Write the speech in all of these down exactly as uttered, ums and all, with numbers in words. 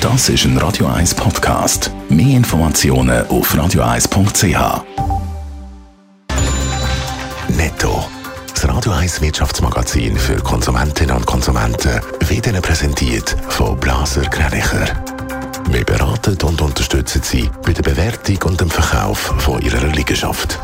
Das ist ein Radio eins Podcast. Mehr Informationen auf radio eins punkt c h. Netto, das Radio eins Wirtschaftsmagazin für Konsumentinnen und Konsumenten, wird Ihnen präsentiert von Blaser Greinicher. Wir beraten und unterstützen Sie bei der Bewertung und dem Verkauf von Ihrer Liegenschaft.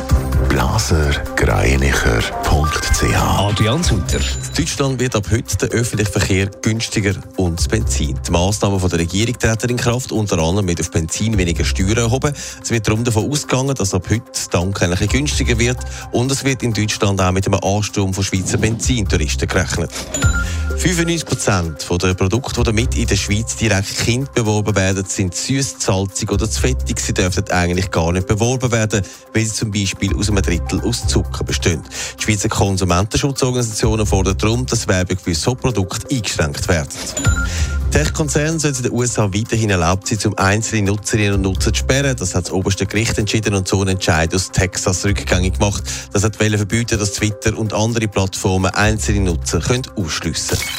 blaser greinicher punkt c h. Adrian Sutter. In Deutschland wird ab heute der öffentliche Verkehr günstiger und das Benzin. Die Massnahmen von der Regierung treten in Kraft, unter anderem mit auf Benzin weniger Steuern erhoben. Es wird darum davon ausgegangen, dass ab heute das Tanken ein bisschen günstiger wird und es wird in Deutschland auch mit einem Ansturm von Schweizer Benzintouristen gerechnet. fünfundneunzig Prozent der Produkte, die damit in der Schweiz direkt Kind beworben werden, sind süß, salzig oder zu fettig. Sie dürfen eigentlich gar nicht beworben werden, weil sie zum Beispiel aus einem Drittel aus Zucker bestehen. Die Schweizer Konsumentenschutzorganisationen fordern darum, dass Werbung für so Produkte eingeschränkt wird. Tech-Konzerne sollen in den U S A weiterhin erlaubt sein, um einzelne Nutzerinnen und Nutzer zu sperren. Das hat das oberste Gericht entschieden und so einen Entscheid aus Texas rückgängig gemacht. Das hat verbieten, dass Twitter und andere Plattformen einzelne Nutzer ausschliessen können.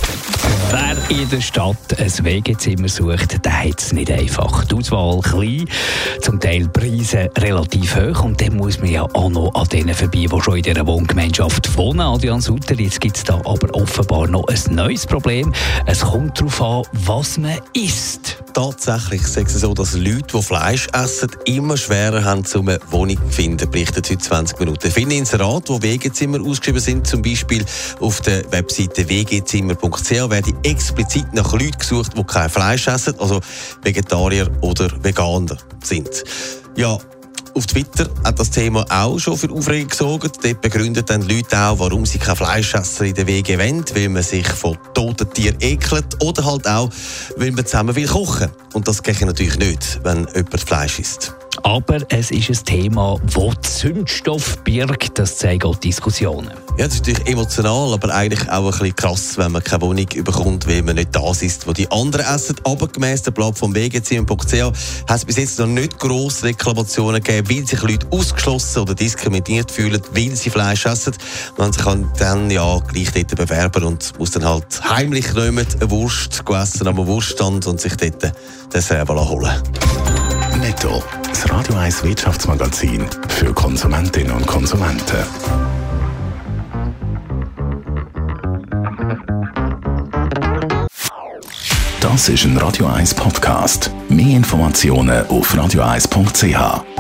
Wer in der Stadt ein Wegezimmer sucht, der hat es nicht einfach. Die Auswahl klein, zum Teil Preise relativ hoch und dann muss man ja auch noch an denen vorbei, die schon in dieser Wohngemeinschaft wohnen. Adrian Sutter, jetzt gibt es da aber offenbar noch ein neues Problem. Es kommt darauf an, was man isst. Tatsächlich ist es so, dass Leute, die Fleisch essen, immer schwerer haben, um eine Wohnung zu finden, berichtet heute zwanzig Minuten. Viele Inserate, wo Wegezimmer ausgeschrieben sind, zum Beispiel auf der Webseite w g zimmer punkt c h, werden explizit nach Leuten gesucht, die kein Fleisch essen, also Vegetarier oder Veganer sind. Ja, auf Twitter hat das Thema auch schon für Aufregung gesorgt. Dort begründet dann Leute auch, warum sie kein Fleischesser in der W G wollen, weil man sich von toten Tieren ekelt oder halt auch, weil man zusammen will kochen. Und das geht natürlich nicht, wenn jemand Fleisch isst. Aber es ist ein Thema, das Zündstoff birgt, das zeigen auch Diskussionen. Ja, das ist natürlich emotional, aber eigentlich auch ein bisschen krass, wenn man keine Wohnung bekommt, weil man nicht das isst, was die anderen essen. Aber gemäss der Plattform w g zimmer punkt c h hat es bis jetzt noch nicht grosse Reklamationen gegeben, weil sich Leute ausgeschlossen oder diskriminiert fühlen, weil sie Fleisch essen. Man kann dann ja gleich dort bewerben und muss dann halt heimlich nehmen, eine Wurst essen am Wurststand und sich dort das selber holen. Netto, das Radio eins Wirtschaftsmagazin für Konsumentinnen und Konsumenten. Das ist ein Radio eins Podcast. Mehr Informationen auf radio eins punkt c h.